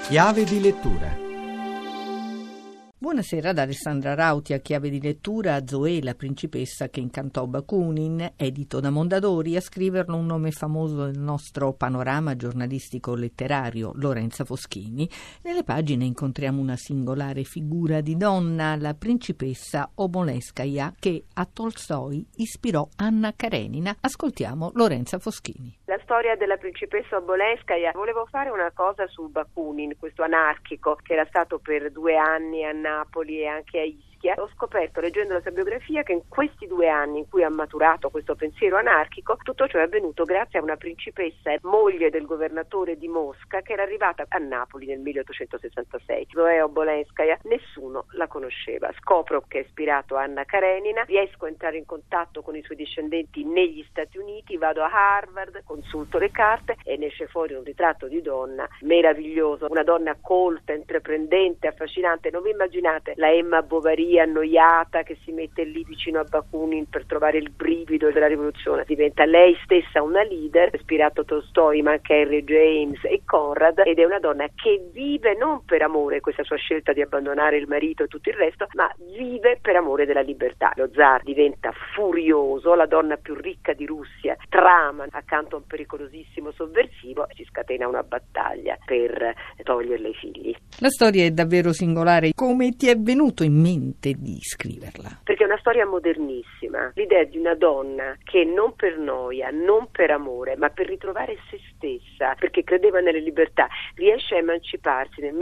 Chiave di lettura. Buonasera da Alessandra Rauti. A chiave di lettura Zoe, la principessa che incantò Bakunin, edito da Mondadori. A scriverlo un nome famoso del nostro panorama giornalistico letterario, Lorenza Foschini. Nelle pagine incontriamo una singolare figura di donna, la principessa Oboleskaya, che a Tolstoi ispirò Anna Karenina. Ascoltiamo Lorenza Foschini. La storia della principessa Oboleskaya. Volevo fare una cosa su Bakunin, questo anarchico che era stato per 2 anni a Napoli e anche a Ischia. Ho scoperto, leggendo la sua biografia, che in questi 2 anni in cui ha maturato questo pensiero anarchico, tutto ciò è avvenuto grazie a una principessa, moglie del governatore di Mosca, che era arrivata a Napoli nel 1866. Zoe Oboleskaya, nessuno la conosceva. Scopro che è ispirato a Anna Karenina, riesco a entrare in contatto con i suoi discendenti negli Stati Uniti, vado a Harvard, consulto le carte e ne esce fuori un ritratto di donna meraviglioso, una donna colta, intraprendente, affascinante. Non vi immaginate la Emma Bovary annoiata che si mette lì vicino a Bakunin per trovare il brivido della rivoluzione. Diventa lei stessa una leader, ispirato a Tolstoi ma anche Henry James e Conrad, ed è una donna che vive non per amore, questa sua scelta di abbandonare il marito e tutto il resto, ma vive per amore della libertà. Lo zar diventa furioso, la donna più ricca di Russia trama accanto a un pericolosissimo sovversivo e si scatena una battaglia per toglierle i figli. La storia è davvero singolare. Come ti è venuto in mente di scriverla? Perché è una storia modernissima, l'idea di una donna che non per noia, non per amore, ma per ritrovare se stessa, perché credeva nelle libertà, riesce a emanciparsi nel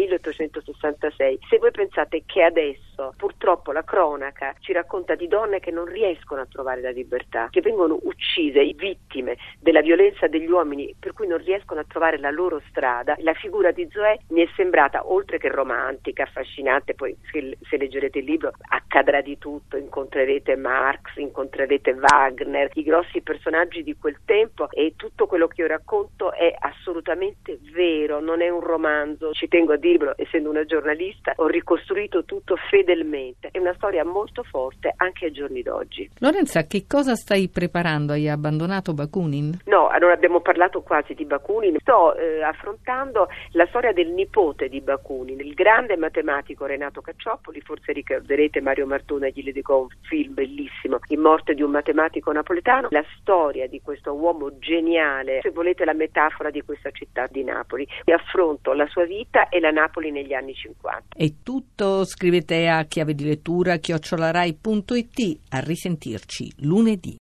1866. Se voi pensate che adesso purtroppo la cronaca ci racconta di donne che non riescono a trovare la libertà, che vengono uccise, vittime della violenza degli uomini, per cui non riescono a trovare la loro strada, la figura di Zoe mi è sembrata, oltre che romantica, affascinante. Poi se leggerete il libro accadrà di tutto, incontrerete Marx, incontrerete Wagner, i grossi personaggi di quel tempo, e tutto quello che io racconto è assolutamente vero, non è un romanzo. Ci tengo a dirlo, essendo una giornalista, ho ricostruito tutto fedelmente. È una storia molto forte anche ai giorni d'oggi. Lorenza, che cosa stai preparando? Hai abbandonato Bakunin? No, non abbiamo parlato quasi di Bakunin. Sto affrontando la storia del nipote di Bakunin, il grande matematico Renato Cacciopoli. Forse ricorderete Mario Martone gli dedicò un film bellissimo, In morte di un matematico napoletano. La storia di questo uomo geniale, se volete la metafora di questa città di Napoli. E affronto la sua vita e la Napoli negli anni 50. È tutto. Scrivete a chiavedilettura@rai.it. A risentirci lunedì.